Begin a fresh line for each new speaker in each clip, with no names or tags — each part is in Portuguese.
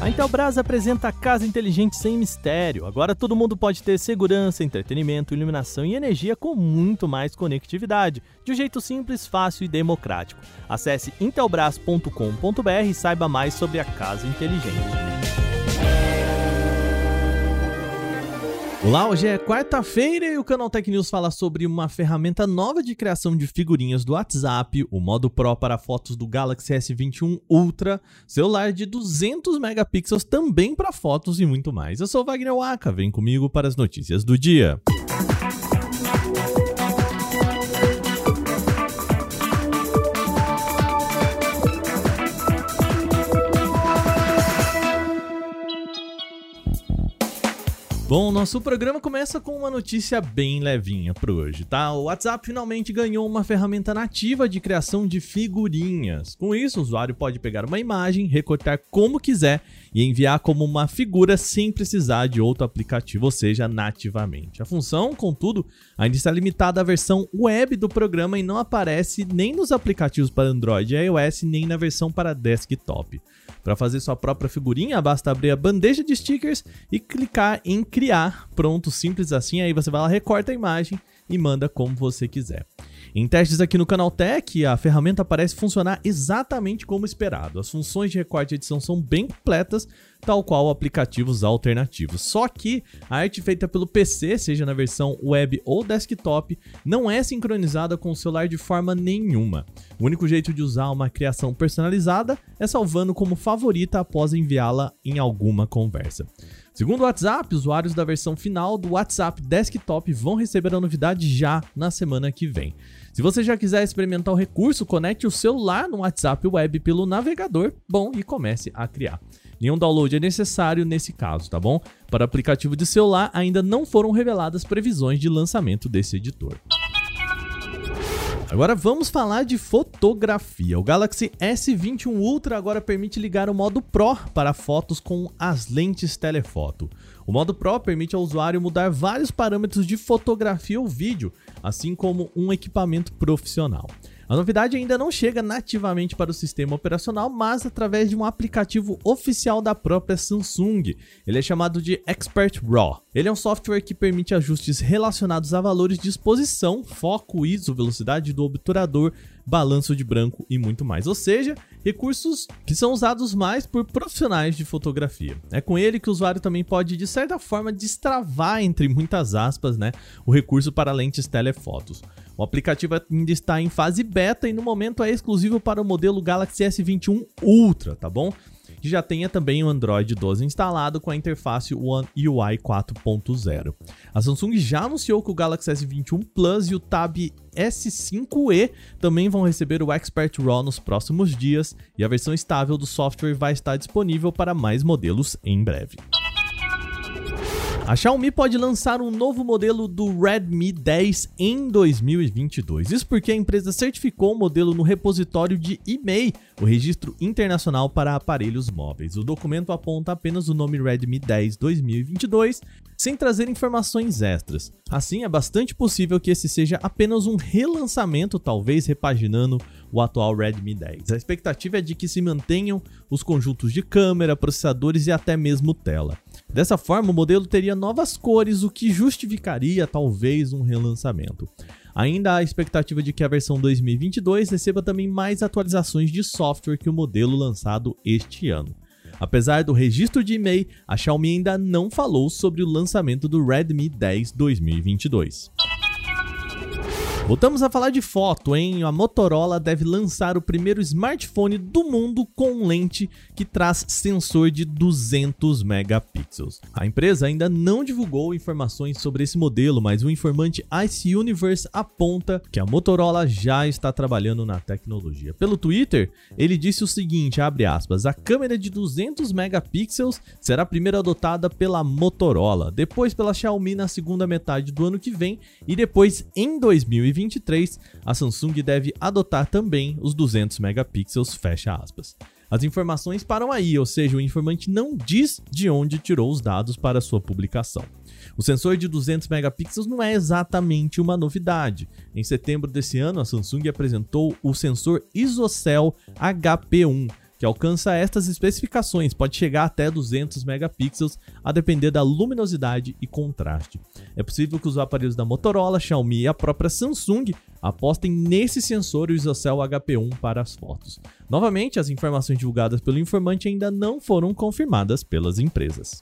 A Intelbras apresenta a casa inteligente sem mistério. Agora todo mundo pode ter segurança, entretenimento, iluminação e energia com muito mais conectividade, de um jeito simples, fácil e democrático. Acesse intelbras.com.br e saiba mais sobre a casa inteligente. Olá, hoje é quarta-feira e o Canaltech News fala sobre uma ferramenta nova de criação de figurinhas do WhatsApp, o modo Pro para fotos do Galaxy S21 Ultra, celular de 200 megapixels também para fotos e muito mais. Eu sou o Wagner Waka, vem comigo para as notícias do dia. Bom, nosso programa começa com uma notícia bem levinha para hoje, tá? O WhatsApp finalmente ganhou uma ferramenta nativa de criação de figurinhas. Com isso, o usuário pode pegar uma imagem, recortar como quiser e enviar como uma figura sem precisar de outro aplicativo, ou seja, nativamente. A função, contudo, ainda está limitada à versão web do programa e não aparece nem nos aplicativos para Android e iOS, nem na versão para desktop. Para fazer sua própria figurinha, basta abrir a bandeja de stickers e clicar em criar. Pronto, simples assim, aí você vai lá, recorta a imagem e manda como você quiser. Em testes aqui no Canaltech, a ferramenta parece funcionar exatamente como esperado. As funções de recorte e edição são bem completas, tal qual aplicativos alternativos. Só que a arte feita pelo PC, seja na versão web ou desktop, não é sincronizada com o celular de forma nenhuma. O único jeito de usar uma criação personalizada é salvando como favorita após enviá-la em alguma conversa. Segundo o WhatsApp, usuários da versão final do WhatsApp Desktop vão receber a novidade já na semana que vem. Se você já quiser experimentar o recurso, conecte o celular no WhatsApp Web pelo navegador, e comece a criar. Nenhum download é necessário nesse caso, tá bom? Para o aplicativo de celular, ainda não foram reveladas previsões de lançamento desse editor. Agora vamos falar de fotografia. O Galaxy S21 Ultra agora permite ligar o modo Pro para fotos com as lentes telefoto. O modo Pro permite ao usuário mudar vários parâmetros de fotografia ou vídeo, assim como um equipamento profissional. A novidade ainda não chega nativamente para o sistema operacional, mas através de um aplicativo oficial da própria Samsung. Ele é chamado de Expert RAW. Ele é um software que permite ajustes relacionados a valores de exposição, foco, ISO, velocidade do obturador, balanço de branco e muito mais. Ou seja, recursos que são usados mais por profissionais de fotografia. É com ele que o usuário também pode, de certa forma, destravar, entre muitas aspas, o recurso para lentes telefotos. O aplicativo ainda está em fase beta e no momento é exclusivo para o modelo Galaxy S21 Ultra, tá bom? Que já tenha também o Android 12 instalado com a interface One UI 4.0. A Samsung já anunciou que o Galaxy S21 Plus e o Tab S5e também vão receber o Expert RAW nos próximos dias e a versão estável do software vai estar disponível para mais modelos em breve. A Xiaomi pode lançar um novo modelo do Redmi 10 em 2022. Isso porque a empresa certificou o modelo no repositório de IMEI, o Registro Internacional para Aparelhos Móveis. O documento aponta apenas o nome Redmi 10 2022, sem trazer informações extras. Assim, é bastante possível que esse seja apenas um relançamento, talvez repaginando o atual Redmi 10. A expectativa é de que se mantenham os conjuntos de câmera, processadores e até mesmo tela. Dessa forma, o modelo teria novas cores, o que justificaria talvez um relançamento. Ainda há a expectativa de que a versão 2022 receba também mais atualizações de software que o modelo lançado este ano. Apesar do registro de IMEI, a Xiaomi ainda não falou sobre o lançamento do Redmi 10 2022. Voltamos a falar de foto, hein? A Motorola deve lançar o primeiro smartphone do mundo com lente que traz sensor de 200 megapixels. A empresa ainda não divulgou informações sobre esse modelo, mas o informante Ice Universe aponta que a Motorola já está trabalhando na tecnologia. Pelo Twitter, ele disse o seguinte, abre aspas, a câmera de 200 megapixels será primeiro adotada pela Motorola, depois pela Xiaomi na segunda metade do ano que vem e depois em 2023 a Samsung deve adotar também os 200 megapixels, fecha aspas. As informações param aí, ou seja, o informante não diz de onde tirou os dados para sua publicação. O sensor de 200 megapixels não é exatamente uma novidade. Em setembro desse ano, a Samsung apresentou o sensor ISOCELL HP1, que alcança estas especificações, pode chegar até 200 megapixels, a depender da luminosidade e contraste. É possível que os aparelhos da Motorola, Xiaomi e a própria Samsung apostem nesse sensor e o ISOCELL HP1 para as fotos. Novamente, as informações divulgadas pelo informante ainda não foram confirmadas pelas empresas.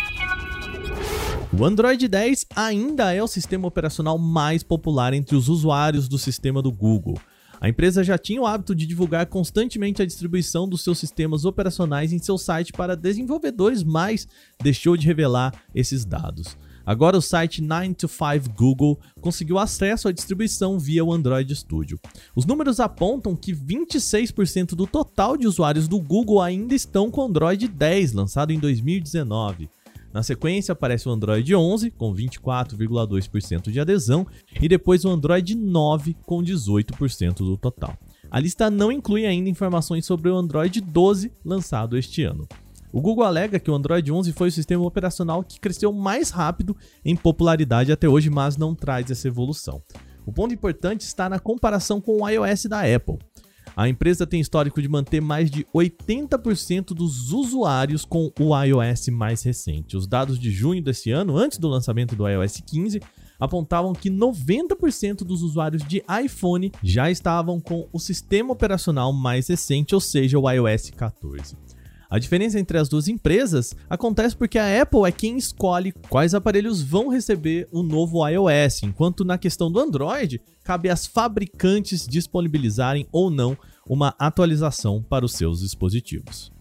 O Android 10 ainda é o sistema operacional mais popular entre os usuários do sistema do Google. A empresa já tinha o hábito de divulgar constantemente a distribuição dos seus sistemas operacionais em seu site para desenvolvedores, mas deixou de revelar esses dados. Agora o site 9to5Google conseguiu acesso à distribuição via o Android Studio. Os números apontam que 26% do total de usuários do Google ainda estão com o Android 10, lançado em 2019. Na sequência aparece o Android 11 com 24,2% de adesão e depois o Android 9 com 18% do total. A lista não inclui ainda informações sobre o Android 12 lançado este ano. O Google alega que o Android 11 foi o sistema operacional que cresceu mais rápido em popularidade até hoje, mas não traz essa evolução. O ponto importante está na comparação com o iOS da Apple. A empresa tem histórico de manter mais de 80% dos usuários com o iOS mais recente. Os dados de junho desse ano, antes do lançamento do iOS 15, apontavam que 90% dos usuários de iPhone já estavam com o sistema operacional mais recente, ou seja, o iOS 14. A diferença entre as duas empresas acontece porque a Apple é quem escolhe quais aparelhos vão receber o novo iOS, enquanto na questão do Android, cabe às fabricantes disponibilizarem ou não uma atualização para os seus dispositivos.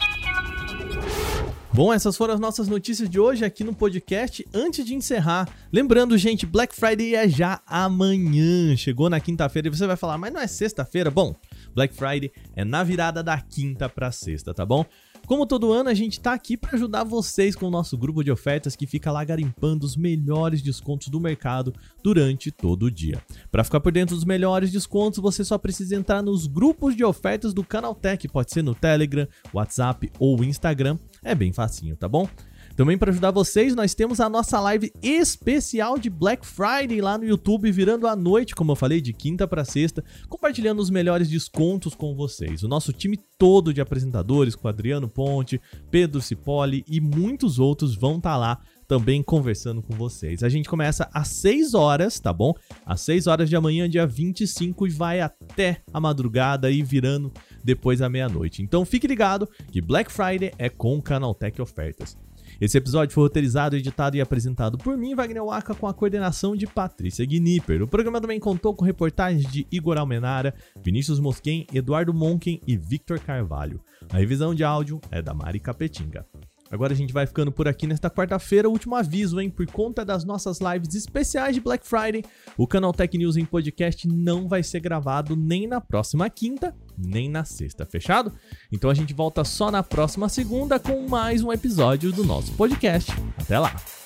Bom, essas foram as nossas notícias de hoje aqui no podcast. Antes de encerrar, lembrando, gente, Black Friday é já amanhã. Chegou na quinta-feira e você vai falar, mas não é sexta-feira? Bom, Black Friday é na virada da quinta para sexta, tá bom? Como todo ano, a gente tá aqui para ajudar vocês com o nosso grupo de ofertas que fica lá garimpando os melhores descontos do mercado durante todo o dia. Para ficar por dentro dos melhores descontos, você só precisa entrar nos grupos de ofertas do Canaltech, pode ser no Telegram, WhatsApp ou Instagram, é bem facinho, tá bom? Também para ajudar vocês, nós temos a nossa live especial de Black Friday lá no YouTube, virando a noite, como eu falei, de quinta para sexta, compartilhando os melhores descontos com vocês. O nosso time todo de apresentadores, com Adriano Ponte, Pedro Cipolli e muitos outros vão estar lá também conversando com vocês. A gente começa às 6 horas, tá bom? Às 6 horas de amanhã, dia 25, e vai até a madrugada e virando depois à meia-noite. Então fique ligado que Black Friday é com o Canaltech Ofertas. Esse episódio foi roteirizado, editado e apresentado por mim, Wagner Waka, com a coordenação de Patrícia Gnipper. O programa também contou com reportagens de Igor Almenara, Vinícius Mosquen, Eduardo Monken e Victor Carvalho. A revisão de áudio é da Mari Capetinga. Agora a gente vai ficando por aqui nesta quarta-feira. Último aviso, hein? Por conta das nossas lives especiais de Black Friday, o Canaltech News em podcast não vai ser gravado nem na próxima quinta, nem na sexta, fechado? Então a gente volta só na próxima segunda com mais um episódio do nosso podcast. Até lá!